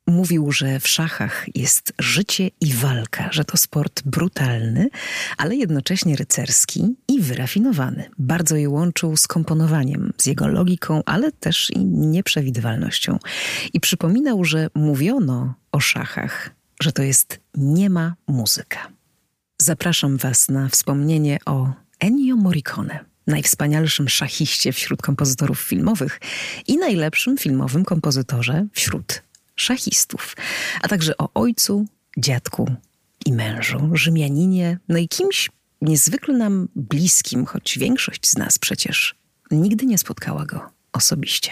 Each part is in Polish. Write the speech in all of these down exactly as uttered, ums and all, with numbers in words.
Mówił, że w szachach jest życie i walka, że to sport brutalny, ale jednocześnie rycerski i wyrafinowany. Bardzo je łączył z komponowaniem, z jego logiką, ale też i nieprzewidywalnością. I przypominał, że mówiono o szachach, że to jest niema muzyka. Zapraszam Was na wspomnienie o Ennio Morricone, najwspanialszym szachiście wśród kompozytorów filmowych i najlepszym filmowym kompozytorze wśród szachistów, a także o ojcu, dziadku i mężu, Rzymianinie, no i kimś niezwykle nam bliskim, choć większość z nas przecież nigdy nie spotkała go osobiście.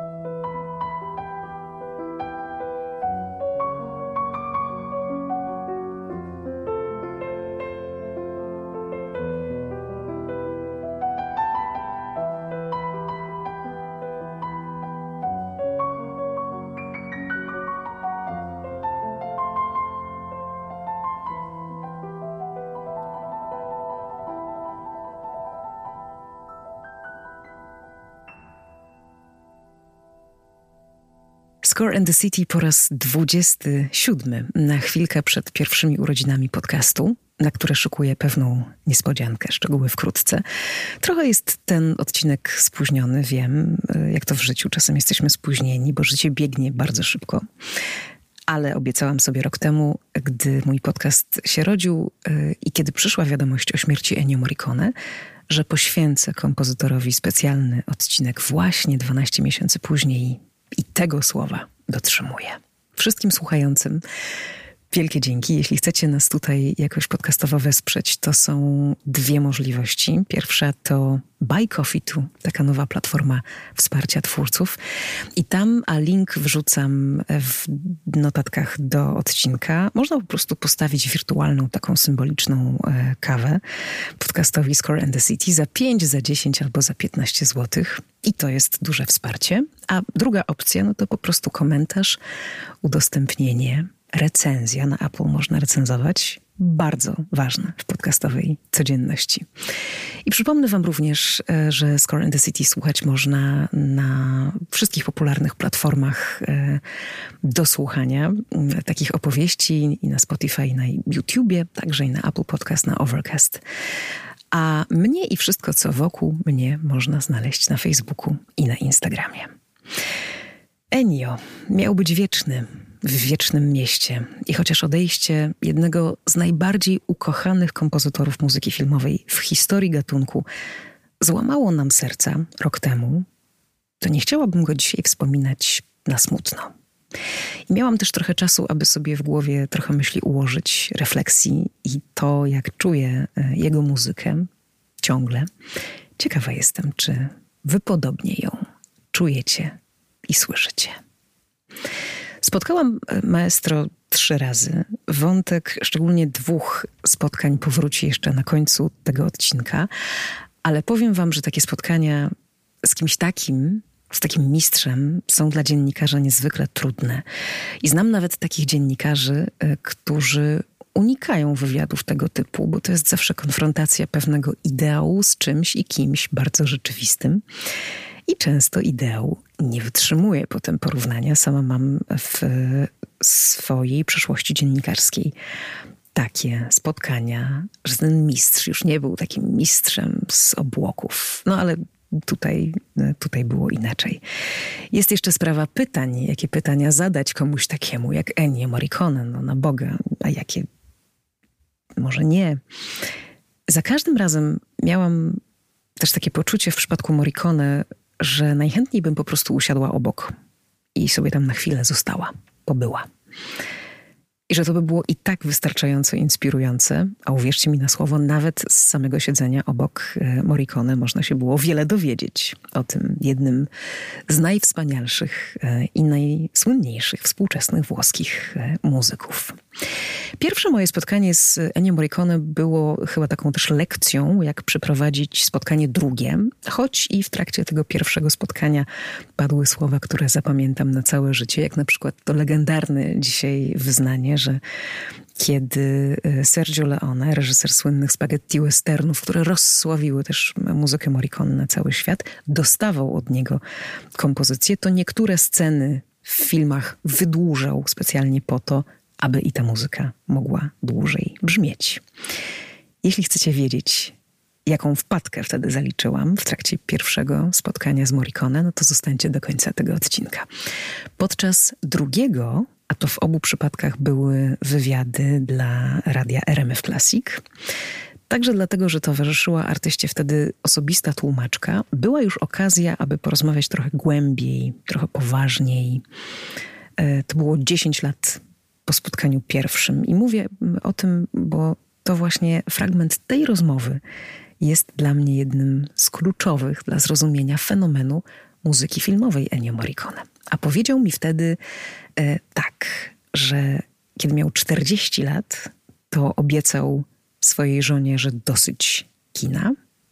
Score and the City po raz dwudziesty siódmy, na chwilkę przed pierwszymi urodzinami podcastu, na które szykuję pewną niespodziankę, szczegóły wkrótce. Trochę jest ten odcinek spóźniony, wiem, jak to w życiu, czasem jesteśmy spóźnieni, bo życie biegnie bardzo szybko. Ale obiecałam sobie rok temu, gdy mój podcast się rodził i kiedy przyszła wiadomość o śmierci Ennio Morricone, że poświęcę kompozytorowi specjalny odcinek właśnie dwanaście miesięcy później. I tego słowa dotrzymuję. Wszystkim słuchającym wielkie dzięki. Jeśli chcecie nas tutaj jakoś podcastowo wesprzeć, to są dwie możliwości. Pierwsza to Buy Coffee To, taka nowa platforma wsparcia twórców. I tam, a link wrzucam w notatkach do odcinka, można po prostu postawić wirtualną, taką symboliczną e, kawę podcastowi Score and the City za pięć, za dziesięć albo za piętnaście złotych. I to jest duże wsparcie. A druga opcja, no to po prostu komentarz, udostępnienie, recenzja na Apple można recenzować. Bardzo ważne w podcastowej codzienności. I przypomnę Wam również, że Score and the City słuchać można na wszystkich popularnych platformach do słuchania takich opowieści i na Spotify, i na YouTubie, także i na Apple Podcast, na Overcast. A mnie i wszystko, co wokół mnie, można znaleźć na Facebooku i na Instagramie. Ennio miał być wieczny, w wiecznym mieście. I chociaż odejście jednego z najbardziej ukochanych kompozytorów muzyki filmowej w historii gatunku złamało nam serca rok temu, to nie chciałabym go dzisiaj wspominać na smutno. I miałam też trochę czasu, aby sobie w głowie trochę myśli ułożyć, refleksji i to, jak czuję jego muzykę ciągle. Ciekawa jestem, czy wy podobnie ją czujecie i słyszycie. Spotkałam maestro trzy razy. Wątek szczególnie dwóch spotkań powróci jeszcze na końcu tego odcinka, ale powiem wam, że takie spotkania z kimś takim, z takim mistrzem są dla dziennikarza niezwykle trudne. I znam nawet takich dziennikarzy, którzy unikają wywiadów tego typu, bo to jest zawsze konfrontacja pewnego ideału z czymś i kimś bardzo rzeczywistym. I często ideał nie wytrzymuje potem porównania. Sama mam w swojej przeszłości dziennikarskiej takie spotkania, że ten mistrz już nie był takim mistrzem z obłoków. No ale tutaj, tutaj było inaczej. Jest jeszcze sprawa pytań. Jakie pytania zadać komuś takiemu jak Ennio Morricone? No na Boga. A jakie? Może nie. Za każdym razem miałam też takie poczucie w przypadku Morricone, że najchętniej bym po prostu usiadła obok i sobie tam na chwilę została, pobyła. I że to by było i tak wystarczająco inspirujące, a uwierzcie mi na słowo, nawet z samego siedzenia obok Morricone można się było wiele dowiedzieć o tym jednym z najwspanialszych i najsłynniejszych współczesnych włoskich muzyków. Pierwsze moje spotkanie z Ennio Morricone było chyba taką też lekcją, jak przeprowadzić spotkanie drugie, choć i w trakcie tego pierwszego spotkania padły słowa, które zapamiętam na całe życie, jak na przykład to legendarne dzisiaj wyznanie, że kiedy Sergio Leone, reżyser słynnych spaghetti westernów, które rozsławiły też muzykę Morricone na cały świat, dostawał od niego kompozycję, to niektóre sceny w filmach wydłużał specjalnie po to, aby i ta muzyka mogła dłużej brzmieć. Jeśli chcecie wiedzieć, jaką wpadkę wtedy zaliczyłam w trakcie pierwszego spotkania z Morricone, no to zostańcie do końca tego odcinka. Podczas drugiego, a to w obu przypadkach były wywiady dla radia R M F Classic, także dlatego, że towarzyszyła artyście wtedy osobista tłumaczka, była już okazja, aby porozmawiać trochę głębiej, trochę poważniej. To było dziesięć lat po spotkaniu pierwszym. I mówię o tym, bo to właśnie fragment tej rozmowy jest dla mnie jednym z kluczowych dla zrozumienia fenomenu muzyki filmowej Ennio Morricone. A powiedział mi wtedy e, tak, że kiedy miał czterdzieści lat, to obiecał swojej żonie, że dosyć kina.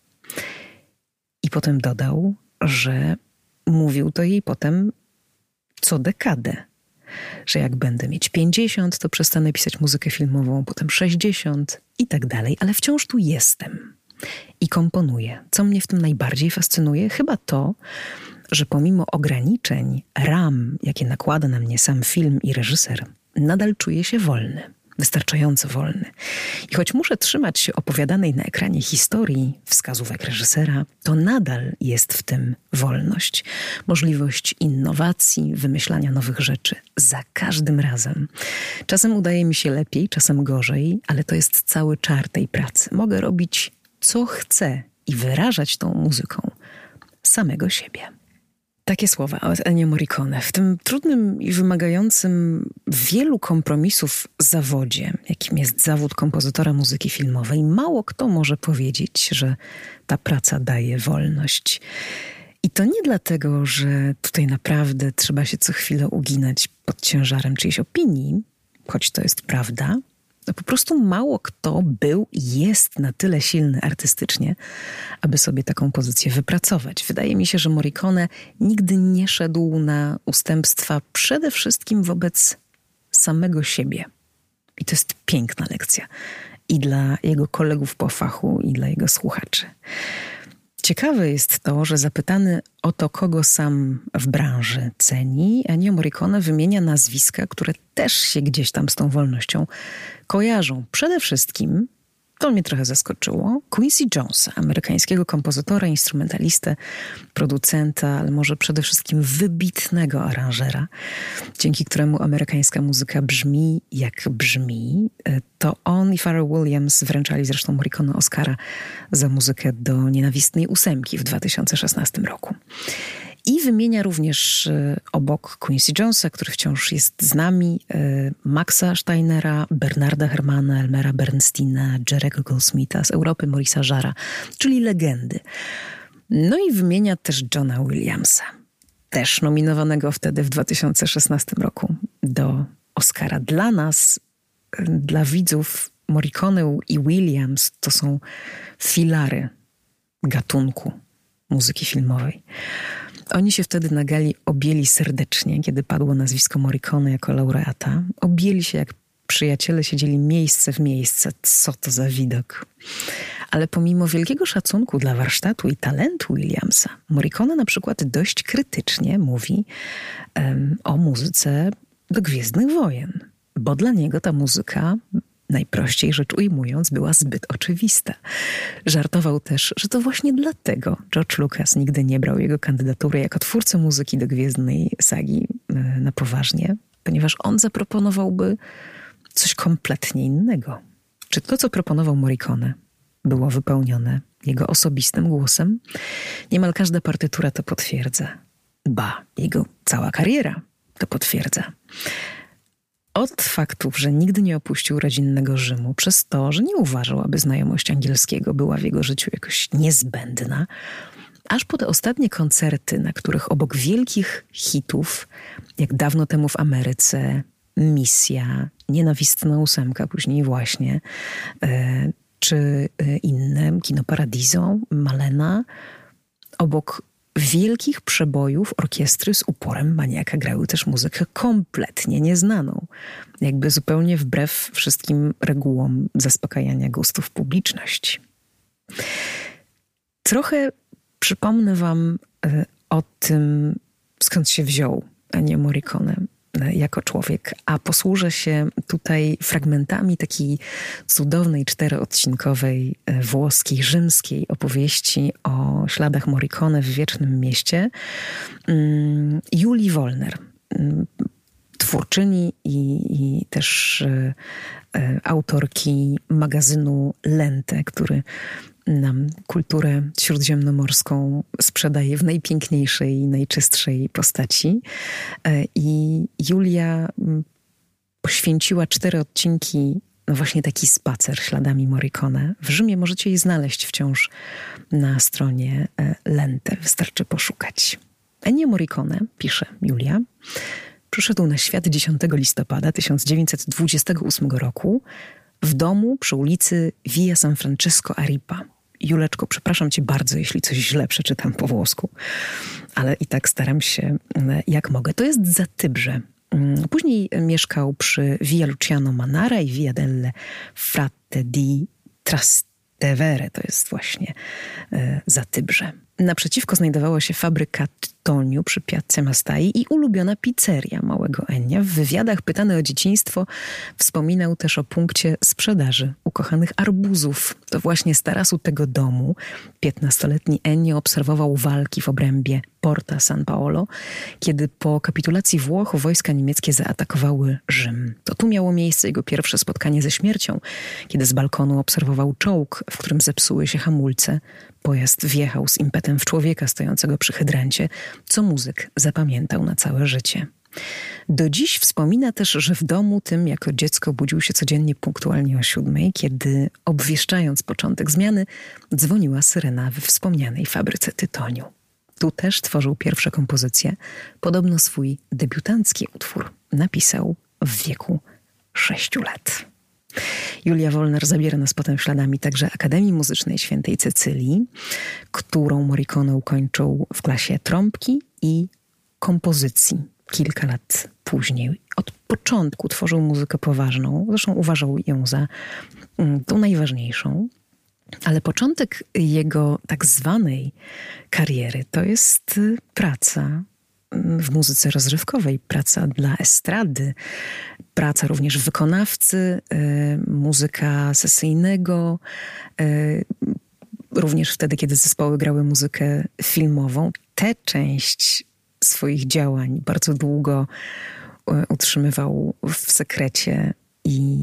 I potem dodał, że mówił to jej potem co dekadę. Że jak będę mieć pięćdziesiąt, to przestanę pisać muzykę filmową, potem sześćdziesiąt i tak dalej, ale wciąż tu jestem i komponuję. Co mnie w tym najbardziej fascynuje? Chyba to, że pomimo ograniczeń, ram, jakie nakłada na mnie sam film i reżyser, nadal czuję się wolny. Wystarczająco wolny. I choć muszę trzymać się opowiadanej na ekranie historii, wskazówek reżysera, to nadal jest w tym wolność. Możliwość innowacji, wymyślania nowych rzeczy. Za każdym razem. Czasem udaje mi się lepiej, czasem gorzej, ale to jest cały czar tej pracy. Mogę robić co chcę i wyrażać tą muzyką samego siebie. Takie słowa od Ennio Morricone. W tym trudnym i wymagającym wielu kompromisów zawodzie, jakim jest zawód kompozytora muzyki filmowej, mało kto może powiedzieć, że ta praca daje wolność. I to nie dlatego, że tutaj naprawdę trzeba się co chwilę uginać pod ciężarem czyjejś opinii, choć to jest prawda. No po prostu mało kto był i jest na tyle silny artystycznie, aby sobie taką pozycję wypracować. Wydaje mi się, że Morricone nigdy nie szedł na ustępstwa przede wszystkim wobec samego siebie. I to jest piękna lekcja. I dla jego kolegów po fachu, i dla jego słuchaczy. Ciekawe jest to, że zapytany o to, kogo sam w branży ceni, Ennio Morricone wymienia nazwiska, które też się gdzieś tam z tą wolnością kojarzą. Przede wszystkim, to mnie trochę zaskoczyło, Quincy Jonesa, amerykańskiego kompozytora, instrumentalistę, producenta, ale może przede wszystkim wybitnego aranżera, dzięki któremu amerykańska muzyka brzmi jak brzmi. To on i Pharrell Williams wręczali zresztą Morricone Oscara za muzykę do Nienawistnej ósemki w dwa tysiące szesnastym roku. I wymienia również y, obok Quincy Jonesa, który wciąż jest z nami, y, Maxa Steinera, Bernarda Herrmanna, Elmera Bernsteina, Jerry'ego Goldsmitha, z Europy Maurice'a Jarre'a, czyli legendy. No i wymienia też Johna Williamsa, też nominowanego wtedy w dwa tysiące szesnastym roku do Oscara. Dla nas, y, dla widzów, Morricone i Williams to są filary gatunku muzyki filmowej. Oni się wtedy na gali objęli serdecznie, kiedy padło nazwisko Morricone jako laureata. Objęli się jak przyjaciele, siedzieli miejsce w miejsce. Co to za widok. Ale pomimo wielkiego szacunku dla warsztatu i talentu Williamsa, Morricone na przykład dość krytycznie mówi um, o muzyce do Gwiezdnych Wojen. Bo dla niego ta muzyka, najprościej rzecz ujmując, była zbyt oczywista. Żartował też, że to właśnie dlatego George Lucas nigdy nie brał jego kandydatury jako twórcy muzyki do Gwiezdnej Sagi na poważnie, ponieważ on zaproponowałby coś kompletnie innego. Czy to, co proponował Morricone, było wypełnione jego osobistym głosem? Niemal każda partytura to potwierdza. Ba, jego cała kariera to potwierdza. Od faktów, że nigdy nie opuścił rodzinnego Rzymu, przez to, że nie uważał, aby znajomość angielskiego była w jego życiu jakoś niezbędna, aż po te ostatnie koncerty, na których obok wielkich hitów, jak dawno temu w Ameryce, Misja, Nienawistna ósemka, później właśnie, e, czy e, inne, Kino Paradiso, Malena, obok wielkich przebojów orkiestry z uporem maniaka grały też muzykę kompletnie nieznaną. Jakby zupełnie wbrew wszystkim regułom zaspokajania gustów publiczności. Trochę przypomnę wam o tym, skąd się wziął Ennio Morricone jako człowiek, a posłużę się tutaj fragmentami takiej cudownej, czteroodcinkowej, włoskiej, rzymskiej opowieści o śladach Morricone w Wiecznym Mieście Julii Wollner, twórczyni i, i też e, autorki magazynu Lente, który nam kulturę śródziemnomorską sprzedaje w najpiękniejszej i najczystszej postaci. I Julia poświęciła cztery odcinki no właśnie taki spacer śladami Morricone. W Rzymie możecie je znaleźć wciąż na stronie Lente. Wystarczy poszukać. Ennio Morricone, pisze Julia, przyszedł na świat dziesiątego listopada tysiąc dziewięćset dwudziestego ósmego roku w domu przy ulicy Via San Francesco a Ripa. Juleczko, przepraszam cię bardzo, jeśli coś źle przeczytam po włosku, ale i tak staram się jak mogę. To jest Zatybrze. Później mieszkał przy Via Luciano Manara i Via delle Fratte di Trastevere. To jest właśnie Zatybrze. Naprzeciwko znajdowała się fabryka tytoniu przy Piazze Mastai i ulubiona pizzeria małego Enia. W wywiadach pytany o dzieciństwo wspominał też o punkcie sprzedaży ukochanych arbuzów. To właśnie z tarasu tego domu piętnastoletni Ennio obserwował walki w obrębie Porta San Paolo, kiedy po kapitulacji Włoch wojska niemieckie zaatakowały Rzym. To tu miało miejsce jego pierwsze spotkanie ze śmiercią, kiedy z balkonu obserwował czołg, w którym zepsuły się hamulce. Pojazd wjechał z impetem w człowieka stojącego przy hydrancie, co muzyk zapamiętał na całe życie. Do dziś wspomina też, że w domu tym jako dziecko budził się codziennie punktualnie o siódmej, kiedy obwieszczając początek zmiany, dzwoniła syrena we wspomnianej fabryce tytoniu. Tu też tworzył pierwsze kompozycje. Podobno swój debiutancki utwór napisał w wieku sześciu lat. Julia Wollner zabiera nas potem śladami także Akademii Muzycznej Świętej Cecylii, którą Morricone ukończył w klasie trąbki i kompozycji kilka lat później. Od początku tworzył muzykę poważną, zresztą uważał ją za tą najważniejszą, ale początek jego tak zwanej kariery to jest praca w muzyce rozrywkowej, praca dla estrady, praca również wykonawcy, y, muzyka sesyjnego, y, również wtedy, kiedy zespoły grały muzykę filmową. Tę część swoich działań bardzo długo y, utrzymywał w sekrecie i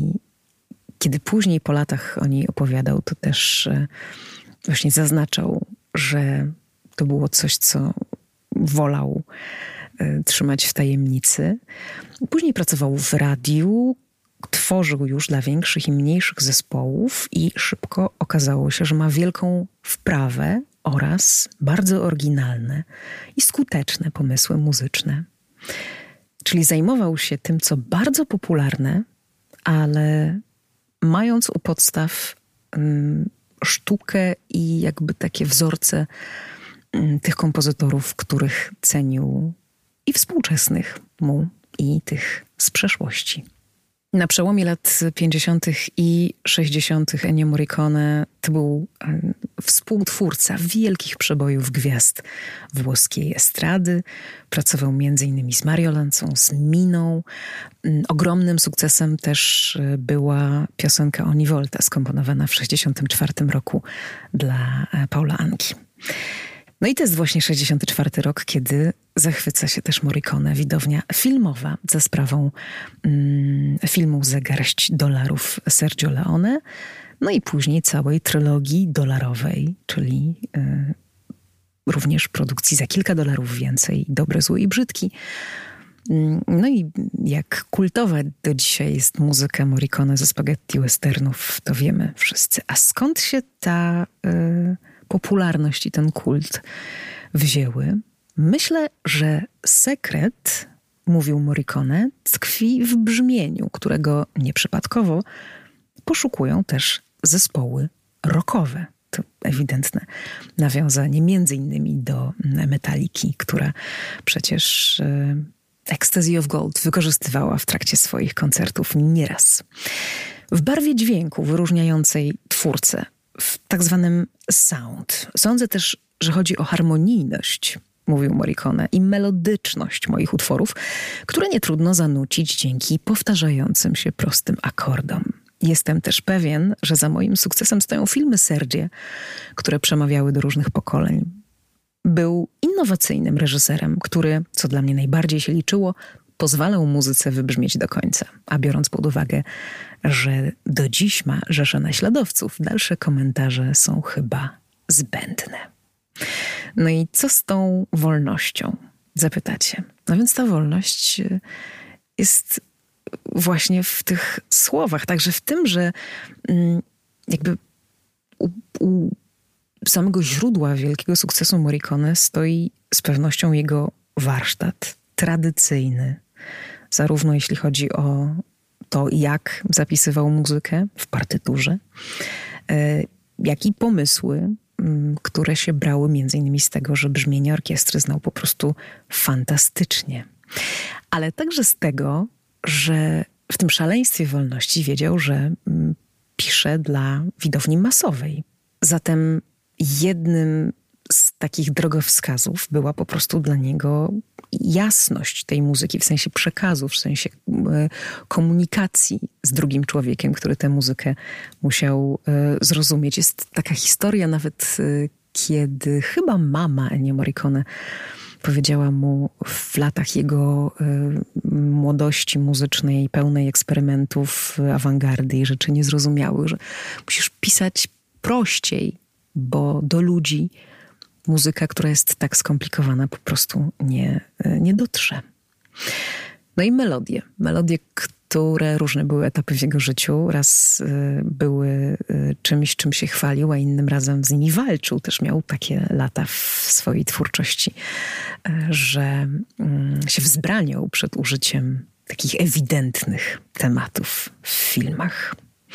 kiedy później po latach o niej opowiadał, to też y, właśnie zaznaczał, że to było coś, co wolał y, trzymać w tajemnicy. Później pracował w radiu, tworzył już dla większych i mniejszych zespołów i szybko okazało się, że ma wielką wprawę oraz bardzo oryginalne i skuteczne pomysły muzyczne. Czyli zajmował się tym, co bardzo popularne, ale mając u podstaw y, sztukę i jakby takie wzorce tych kompozytorów, których cenił i współczesnych mu, i tych z przeszłości. Na przełomie lat pięćdziesiątych i sześćdziesiątych Ennio Morricone to był współtwórca wielkich przebojów gwiazd włoskiej estrady. Pracował między innymi z Mario Lanzą, z Miną. Ogromnym sukcesem też była piosenka Ogni volta, skomponowana w sześćdziesiątym czwartym roku dla Paula Anki. No i to jest właśnie sześćdziesiąty czwarty rok, kiedy zachwyca się też Morricone, widownia filmowa za sprawą mm, filmu Za garść dolarów Sergio Leone, no i później całej trylogii dolarowej, czyli y, również produkcji za kilka dolarów więcej, Dobry, Zły i Brzydki. No i jak kultowa do dzisiaj jest muzyka Morricone ze spaghetti westernów, to wiemy wszyscy. A skąd się ta y, popularność i ten kult wzięły? Myślę, że sekret, mówił Morricone, tkwi w brzmieniu, którego nieprzypadkowo poszukują też zespoły rockowe. To ewidentne nawiązanie między innymi do Metaliki, która przecież y, Ecstasy of Gold wykorzystywała w trakcie swoich koncertów nieraz. W barwie dźwięku wyróżniającej twórcę, w tak zwanym sound. Sądzę też, że chodzi o harmonijność mówił Morricone, i melodyczność moich utworów, które nie trudno zanucić dzięki powtarzającym się prostym akordom. Jestem też pewien, że za moim sukcesem stoją filmy Sergie, które przemawiały do różnych pokoleń. Był innowacyjnym reżyserem, który, co dla mnie najbardziej się liczyło, pozwalał muzyce wybrzmieć do końca. A biorąc pod uwagę, że do dziś ma rzeszę naśladowców, dalsze komentarze są chyba zbędne. No i co z tą wolnością? Zapytacie. No więc ta wolność jest właśnie w tych słowach, także w tym, że jakby u, u samego źródła wielkiego sukcesu Morricone stoi z pewnością jego warsztat tradycyjny, zarówno jeśli chodzi o to, jak zapisywał muzykę w partyturze, jak i pomysły, które się brały między innymi z tego, że brzmienie orkiestry znał po prostu fantastycznie. Ale także z tego, że w tym szaleństwie wolności wiedział, że pisze dla widowni masowej. Zatem jednym z takich drogowskazów była po prostu dla niego jasność tej muzyki, w sensie przekazu, w sensie komunikacji z drugim człowiekiem, który tę muzykę musiał zrozumieć. Jest taka historia nawet, kiedy chyba mama Ennio Morricone powiedziała mu w latach jego y, młodości muzycznej, pełnej eksperymentów, awangardy i rzeczy niezrozumiałych, że musisz pisać prościej, bo do ludzi muzyka, która jest tak skomplikowana, po prostu nie, nie dotrze. No i melodie. Melodie, które różne były etapy w jego życiu. Raz y, były y, czymś, czym się chwalił, a innym razem z nimi walczył. Też miał takie lata w swojej twórczości, y, że y, się wzbraniał przed użyciem takich ewidentnych tematów w filmach.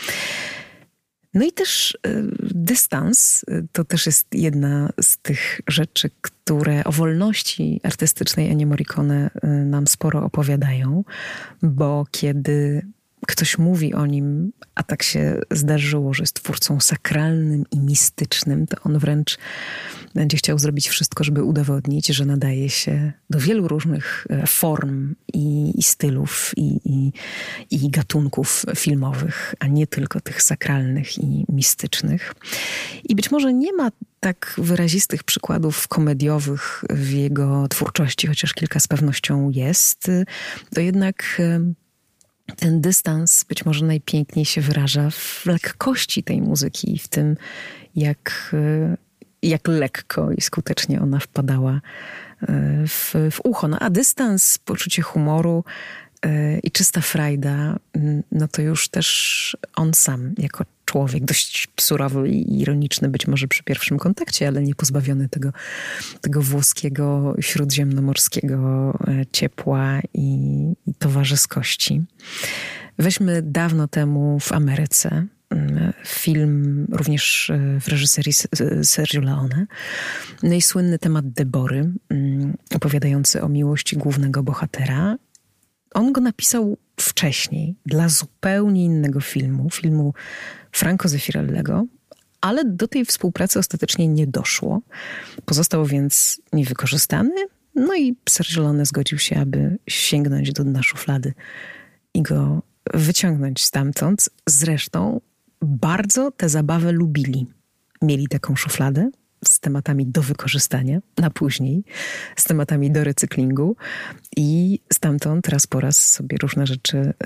No i też y, dystans, y, to też jest jedna z tych rzeczy, które o wolności artystycznej Ennio Morricone y, nam sporo opowiadają, bo kiedy ktoś mówi o nim, a tak się zdarzyło, że jest twórcą sakralnym i mistycznym, to on wręcz będzie chciał zrobić wszystko, żeby udowodnić, że nadaje się do wielu różnych form i, i stylów i, i, i gatunków filmowych, a nie tylko tych sakralnych i mistycznych. I być może nie ma tak wyrazistych przykładów komediowych w jego twórczości, chociaż kilka z pewnością jest, to jednak ten dystans być może najpiękniej się wyraża w lekkości tej muzyki i w tym, jak, jak lekko i skutecznie ona wpadała w, w ucho. No a dystans, poczucie humoru i czysta frajda, no to już też on sam jako człowiek, dość surowy i ironiczny być może przy pierwszym kontakcie, ale nie pozbawiony tego, tego włoskiego, śródziemnomorskiego ciepła i, i towarzyskości. Weźmy dawno temu w Ameryce film również w reżyserii Sergio Leone. No i słynny temat Debory, opowiadający o miłości głównego bohatera. On go napisał wcześniej dla zupełnie innego filmu, filmu Franco Zeffirelliego, ale do tej współpracy ostatecznie nie doszło. Pozostał więc niewykorzystany, no i Sergio Leone zgodził się, aby sięgnąć do dna szuflady i go wyciągnąć stamtąd. Zresztą bardzo tę zabawę lubili. Mieli taką szufladę z tematami do wykorzystania na później, z tematami do recyklingu i stamtąd raz po raz sobie różne rzeczy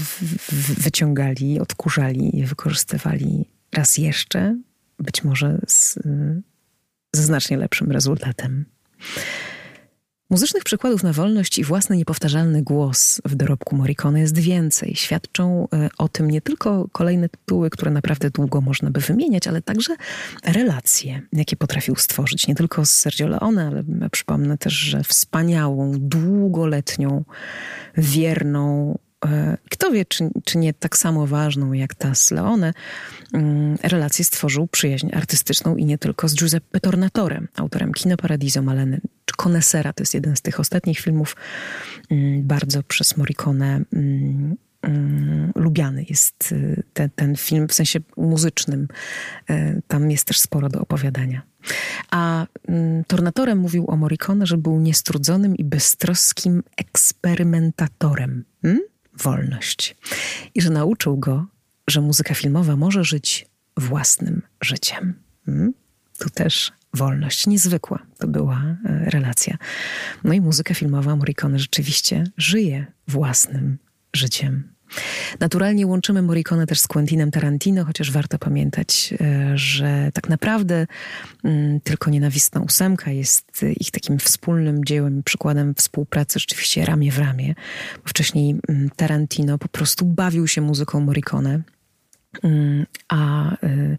wyciągali, odkurzali i wykorzystywali raz jeszcze, być może z, ze znacznie lepszym rezultatem. Muzycznych przykładów na wolność i własny niepowtarzalny głos w dorobku Morricone jest więcej. Świadczą o tym nie tylko kolejne tytuły, które naprawdę długo można by wymieniać, ale także relacje, jakie potrafił stworzyć. Nie tylko z Sergio Leone, ale przypomnę też, że wspaniałą, długoletnią, wierną, kto wie, czy, czy nie tak samo ważną jak ta z Leone, relację stworzył przyjaźń artystyczną i nie tylko z Giuseppe Tornatorem, autorem Kino Paradiso, Maleny czy Konesera. To jest jeden z tych ostatnich filmów, bardzo przez Morricone lubiany jest ten, ten film w sensie muzycznym. Tam jest też sporo do opowiadania. A mm, Tornatorem mówił o Morricone, że był niestrudzonym i beztroskim eksperymentatorem. Hmm? Wolność. I że nauczył go, że muzyka filmowa może żyć własnym życiem. Hmm? Tu też wolność niezwykła to była e, relacja. No i muzyka filmowa Morricone rzeczywiście żyje własnym życiem. Naturalnie łączymy Morricone też z Quentinem Tarantino, chociaż warto pamiętać, że tak naprawdę Tylko nienawistna ósemka jest ich takim wspólnym dziełem, przykładem współpracy rzeczywiście ramię w ramię. Bo wcześniej Tarantino po prostu bawił się muzyką Morricone, a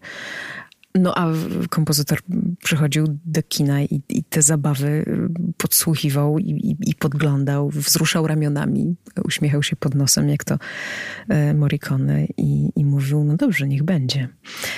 No a kompozytor przychodził do kina i, i te zabawy podsłuchiwał i, i, i podglądał, wzruszał ramionami, uśmiechał się pod nosem, jak to Morricone i, i mówił, no dobrze, niech będzie.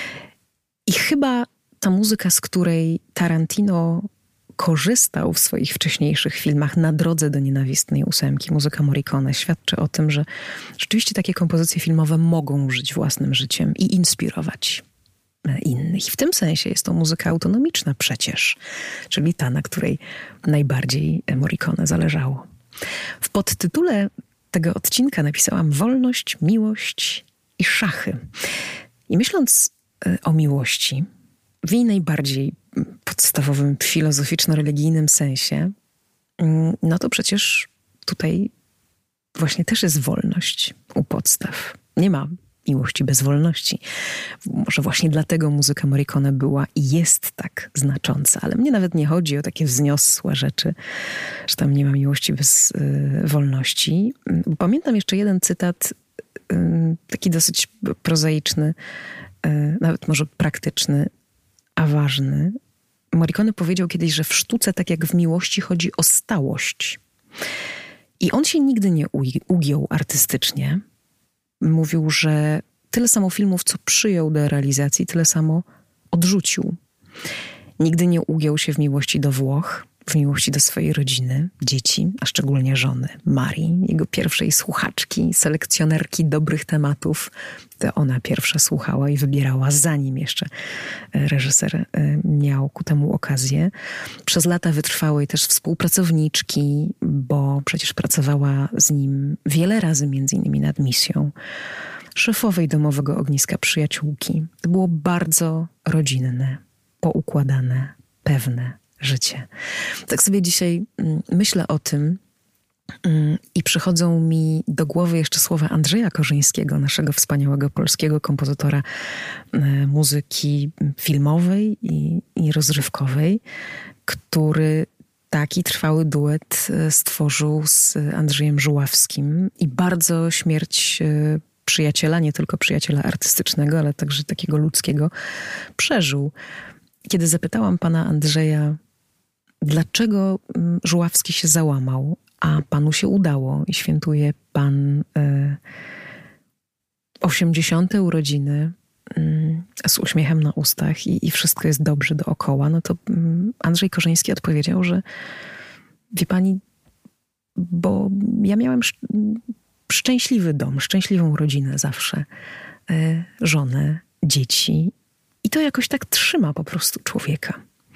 I chyba ta muzyka, z której Tarantino korzystał w swoich wcześniejszych filmach na drodze do nienawistnej ósemki, muzyka Morricone, świadczy o tym, że rzeczywiście takie kompozycje filmowe mogą żyć własnym życiem i inspirować innych. I w tym sensie jest to muzyka autonomiczna przecież, czyli ta, na której najbardziej Morricone zależało. W podtytule tego odcinka napisałam wolność, miłość i szachy. I myśląc o miłości, w jej najbardziej podstawowym, filozoficzno-religijnym sensie, no to przecież tutaj właśnie też jest wolność u podstaw. Nie ma miłości bez wolności. Może właśnie dlatego muzyka Morricone była i jest tak znacząca, ale mnie nawet nie chodzi o takie wzniosłe rzeczy, że tam nie ma miłości bez y, wolności. Pamiętam jeszcze jeden cytat, y, taki dosyć prozaiczny, y, nawet może praktyczny, a ważny. Morricone powiedział kiedyś, że w sztuce, tak jak w miłości, chodzi o stałość. I on się nigdy nie ugiął artystycznie. Mówił, że tyle samo filmów, co przyjął do realizacji, tyle samo odrzucił. Nigdy nie ugiął się w miłości do Włoch, w miłości do swojej rodziny, dzieci, a szczególnie żony, Marii, jego pierwszej słuchaczki, selekcjonerki dobrych tematów. To ona pierwsza słuchała i wybierała, zanim jeszcze reżyser miał ku temu okazję. Przez lata wytrwałej też współpracowniczki, bo przecież pracowała z nim wiele razy, między innymi nad Misją, szefowej domowego ogniska przyjaciółki. To było bardzo rodzinne, poukładane, pewne życie. Tak sobie dzisiaj myślę o tym i przychodzą mi do głowy jeszcze słowa Andrzeja Korzyńskiego, naszego wspaniałego polskiego kompozytora muzyki filmowej i, i rozrywkowej, który taki trwały duet stworzył z Andrzejem Żuławskim i bardzo śmierć przyjaciela, nie tylko przyjaciela artystycznego, ale także takiego ludzkiego, przeżył. Kiedy zapytałam pana Andrzeja, dlaczego Żuławski się załamał, a panu się udało i świętuje pan y, osiemdziesiąte urodziny y, z uśmiechem na ustach i, i wszystko jest dobrze dookoła, no to y, Andrzej Korzyński odpowiedział, że wie pani, bo ja miałem sz- szczęśliwy dom, szczęśliwą rodzinę zawsze, y, żonę, dzieci i to jakoś tak trzyma po prostu człowieka.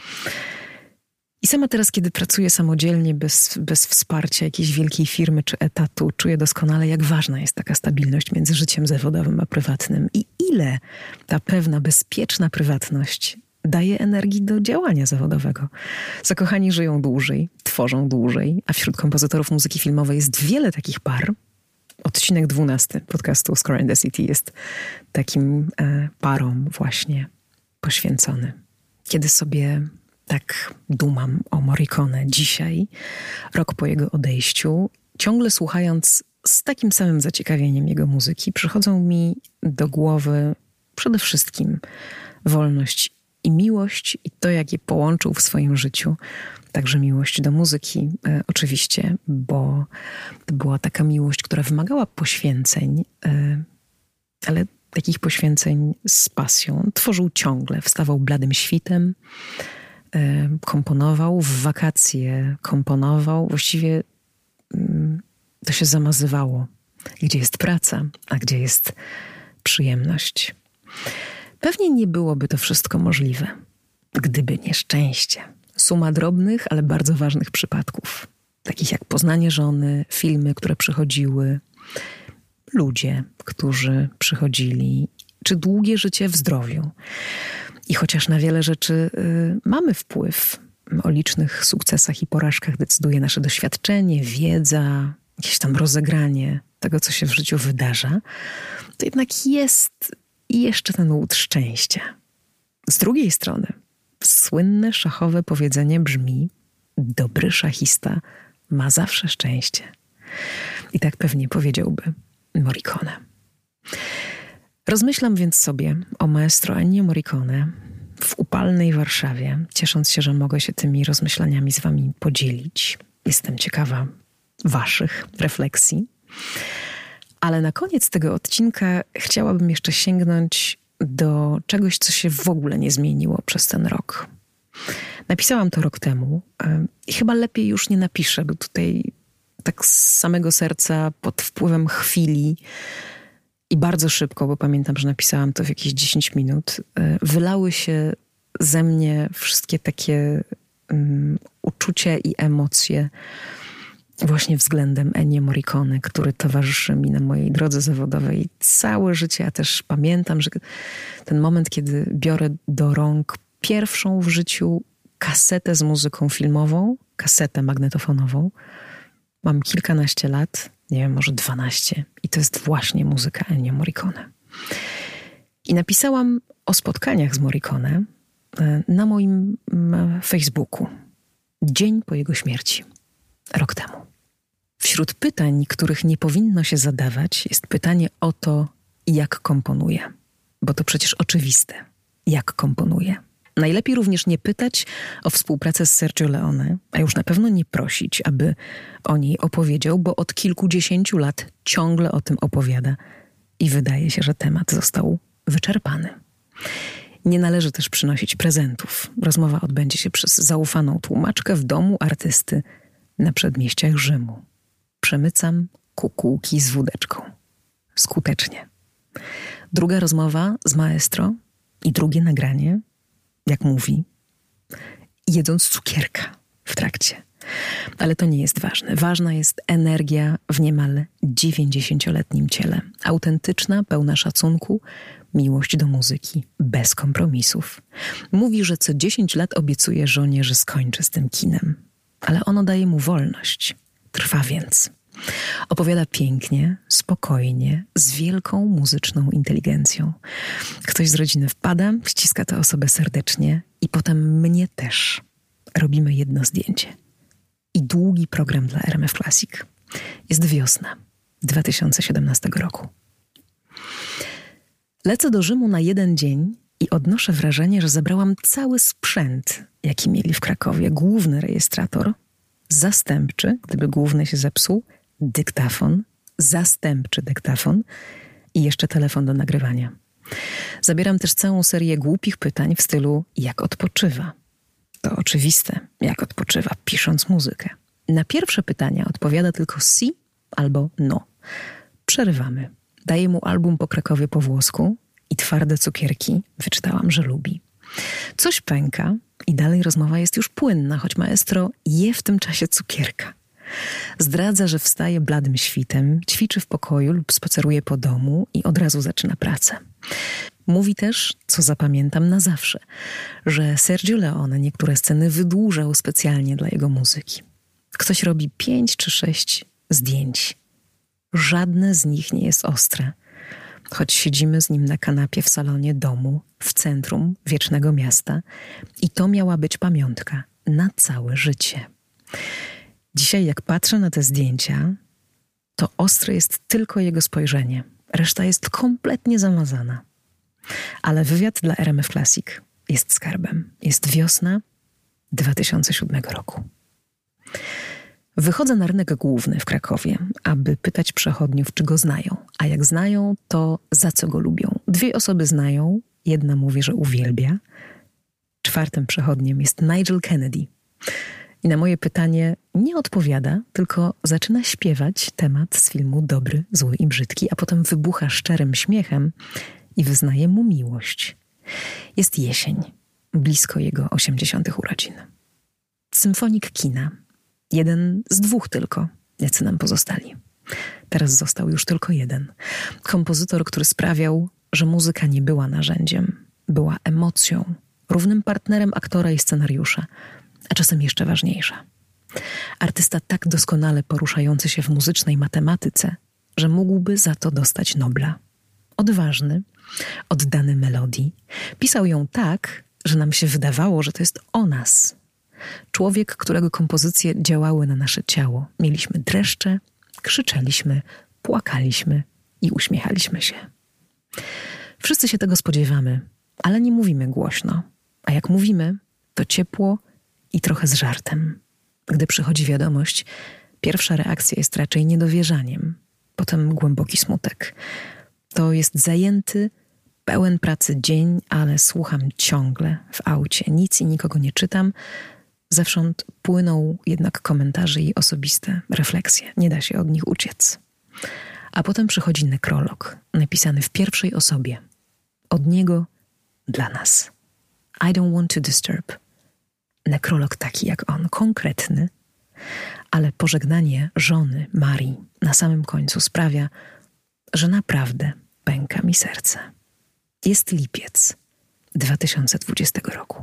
I sama teraz, kiedy pracuję samodzielnie, bez, bez wsparcia jakiejś wielkiej firmy czy etatu, czuję doskonale, jak ważna jest taka stabilność między życiem zawodowym a prywatnym i ile ta pewna, bezpieczna prywatność daje energii do działania zawodowego. Zakochani żyją dłużej, tworzą dłużej, a wśród kompozytorów muzyki filmowej jest wiele takich par. Odcinek dwunasty podcastu Score and the City jest takim e, parom właśnie poświęcony. Kiedy sobie tak dumam o Morricone dzisiaj, rok po jego odejściu, ciągle słuchając z takim samym zaciekawieniem jego muzyki, przychodzą mi do głowy przede wszystkim wolność i miłość i to, jak je połączył w swoim życiu. Także miłość do muzyki e, oczywiście, bo to była taka miłość, która wymagała poświęceń, e, ale takich poświęceń z pasją. Tworzył ciągle, wstawał bladym świtem, e, komponował, w wakacje komponował. Właściwie mm, to się zamazywało. Gdzie jest praca, a gdzie jest przyjemność. Pewnie nie byłoby to wszystko możliwe Gdyby nie szczęście. Suma drobnych, ale bardzo ważnych przypadków. Takich jak poznanie żony, filmy, które przychodziły, ludzie, którzy przychodzili, czy długie życie w zdrowiu. I chociaż na wiele rzeczy y, mamy wpływ, o licznych sukcesach i porażkach decyduje nasze doświadczenie, wiedza, jakieś tam rozegranie tego, co się w życiu wydarza, to jednak jest jeszcze ten łód szczęścia. Z drugiej strony słynne szachowe powiedzenie brzmi: dobry szachista ma zawsze szczęście. I tak pewnie powiedziałby Morricone. Rozmyślam więc sobie o maestro Ennio Morricone w upalnej Warszawie, ciesząc się, że mogę się tymi rozmyślaniami z wami podzielić. Jestem ciekawa waszych refleksji. Ale na koniec tego odcinka chciałabym jeszcze sięgnąć do czegoś, co się w ogóle nie zmieniło przez ten rok. Napisałam to rok temu i chyba lepiej już nie napiszę, bo tutaj tak z samego serca, pod wpływem chwili i bardzo szybko, bo pamiętam, że napisałam to w jakieś dziesięć minut, wylały się ze mnie wszystkie takie um, uczucia i emocje właśnie względem Ennio Morricone, który towarzyszy mi na mojej drodze zawodowej całe życie. A też pamiętam, że ten moment, kiedy biorę do rąk pierwszą w życiu kasetę z muzyką filmową, kasetę magnetofonową. Mam kilkanaście lat, nie wiem, może dwanaście, i to jest właśnie muzyka Ennio Morricone. I napisałam o spotkaniach z Morricone na moim Facebooku dzień po jego śmierci, rok temu. Wśród pytań, których nie powinno się zadawać, jest pytanie o to, jak komponuje. Bo to przecież oczywiste, jak komponuje. Najlepiej również nie pytać o współpracę z Sergio Leone, a już na pewno nie prosić, aby o niej opowiedział, bo od kilkudziesięciu lat ciągle o tym opowiada i wydaje się, że temat został wyczerpany. Nie należy też przynosić prezentów. Rozmowa odbędzie się przez zaufaną tłumaczkę w domu artysty na przedmieściach Rzymu. Przemycam kukułki z wódeczką. Skutecznie. Druga rozmowa z maestro i drugie nagranie, jak mówi, jedząc cukierka w trakcie. Ale to nie jest ważne. Ważna jest energia w niemal dziewięćdziesięcioletnim ciele. Autentyczna, pełna szacunku, miłość do muzyki, bez kompromisów. Mówi, że co dziesięć lat obiecuje żonie, że skończy z tym kinem. Ale ono daje mu wolność. Trwa więc. Opowiada pięknie, spokojnie, z wielką muzyczną inteligencją. Ktoś z rodziny wpada, ściska tę osobę serdecznie i potem mnie też. Robimy jedno zdjęcie. I długi program dla R M F Classic. Jest wiosna dwa tysiące siedemnastego roku. Lecę do Rzymu na jeden dzień i odnoszę wrażenie, że zebrałam cały sprzęt, jaki mieli w Krakowie. Główny rejestrator, zastępczy, gdyby główny się zepsuł, dyktafon, zastępczy dyktafon i jeszcze telefon do nagrywania. Zabieram też całą serię głupich pytań w stylu jak odpoczywa. To oczywiste, jak odpoczywa, pisząc muzykę. Na pierwsze pytania odpowiada tylko si albo no. Przerywamy. Daję mu album po Krakowie po włosku i twarde cukierki. Wyczytałam, że lubi. Coś pęka i dalej rozmowa jest już płynna, choć maestro je w tym czasie cukierka. Zdradza, że wstaje bladym świtem, ćwiczy w pokoju lub spaceruje po domu i od razu zaczyna pracę. Mówi też, co zapamiętam na zawsze, że Sergio Leone niektóre sceny wydłużał specjalnie dla jego muzyki. Ktoś robi pięć czy sześć zdjęć. Żadne z nich nie jest ostre, choć siedzimy z nim na kanapie w salonie domu, w centrum wiecznego miasta i to miała być pamiątka na całe życie. Dzisiaj jak patrzę na te zdjęcia, to ostre jest tylko jego spojrzenie. Reszta jest kompletnie zamazana. Ale wywiad dla R M F Classic jest skarbem. Jest wiosna dwa tysiące siódmego roku. Wychodzę na rynek główny w Krakowie, aby pytać przechodniów, czy go znają. A jak znają, to za co go lubią. Dwie osoby znają, jedna mówi, że uwielbia. Czwartym przechodniem jest Nigel Kennedy. I na moje pytanie nie odpowiada, tylko zaczyna śpiewać temat z filmu Dobry, Zły i Brzydki, a potem wybucha szczerym śmiechem i wyznaje mu miłość. Jest jesień. blisko jego osiemdziesiątych urodzin. Symfonik kina. Jeden z dwóch tylko, jacy nam pozostali. Teraz został już tylko jeden. Kompozytor, który sprawiał, że muzyka nie była narzędziem, była emocją, równym partnerem aktora i scenariusza, a czasem jeszcze ważniejsza. Artysta tak doskonale poruszający się w muzycznej matematyce, że mógłby za to dostać Nobla. Odważny, oddany melodii. Pisał ją tak, że nam się wydawało, że to jest o nas. Człowiek, którego kompozycje działały na nasze ciało. Mieliśmy dreszcze, krzyczeliśmy, płakaliśmy i uśmiechaliśmy się. Wszyscy się tego spodziewamy, ale nie mówimy głośno. A jak mówimy, to ciepło i trochę z żartem. Gdy przychodzi wiadomość, pierwsza reakcja jest raczej niedowierzaniem, potem głęboki smutek. To jest zajęty, pełen pracy dzień, ale słucham ciągle w aucie. Nic i nikogo nie czytam. Zewsząd płyną jednak komentarze i osobiste refleksje. Nie da się od nich uciec. A potem przychodzi nekrolog, napisany w pierwszej osobie. Od niego dla nas. I don't want to disturb. Nekrolog taki jak on, konkretny, ale pożegnanie żony Marii na samym końcu sprawia, że naprawdę pęka mi serce. Jest lipiec dwa tysiące dwudziestego roku.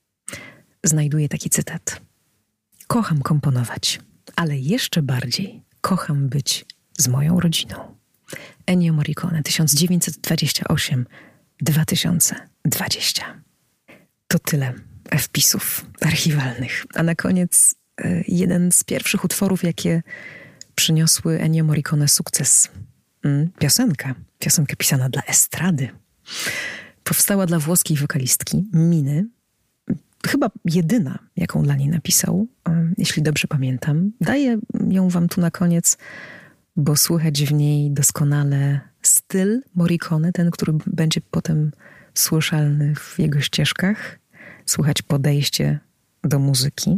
Znajduję taki cytat. Kocham komponować, ale jeszcze bardziej kocham być z moją rodziną. Ennio Morricone, tysiąc dziewięćset dwadzieścia osiem do dwa tysiące dwudziestego. To tyle wpisów archiwalnych. A na koniec y, jeden z pierwszych utworów, jakie przyniosły Ennio Morricone sukces. Mm, piosenka. Piosenka pisana dla estrady. Powstała dla włoskiej wokalistki Miny. Chyba jedyna, jaką dla niej napisał, y, jeśli dobrze pamiętam. Daję ją wam tu na koniec, bo słychać w niej doskonale styl Morricone, ten, który będzie potem słyszalny w jego ścieżkach. Słychać podejście do muzyki.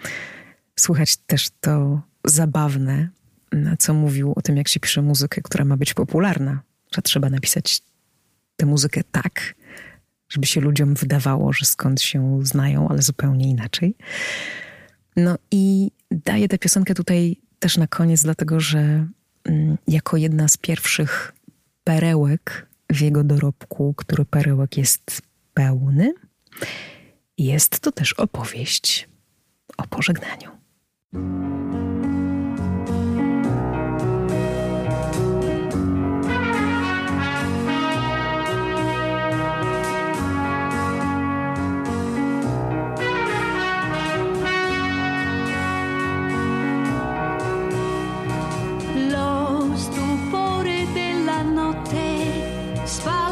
Słychać też to zabawne, co mówił o tym, jak się pisze muzykę, która ma być popularna. Że trzeba napisać tę muzykę tak, żeby się ludziom wydawało, że skąd się znają, ale zupełnie inaczej. No i daję tę piosenkę tutaj też na koniec, dlatego że mm, jako jedna z pierwszych perełek w jego dorobku, który perełek jest pełny, jest to też opowieść o pożegnaniu. Lo stupore della notte sfa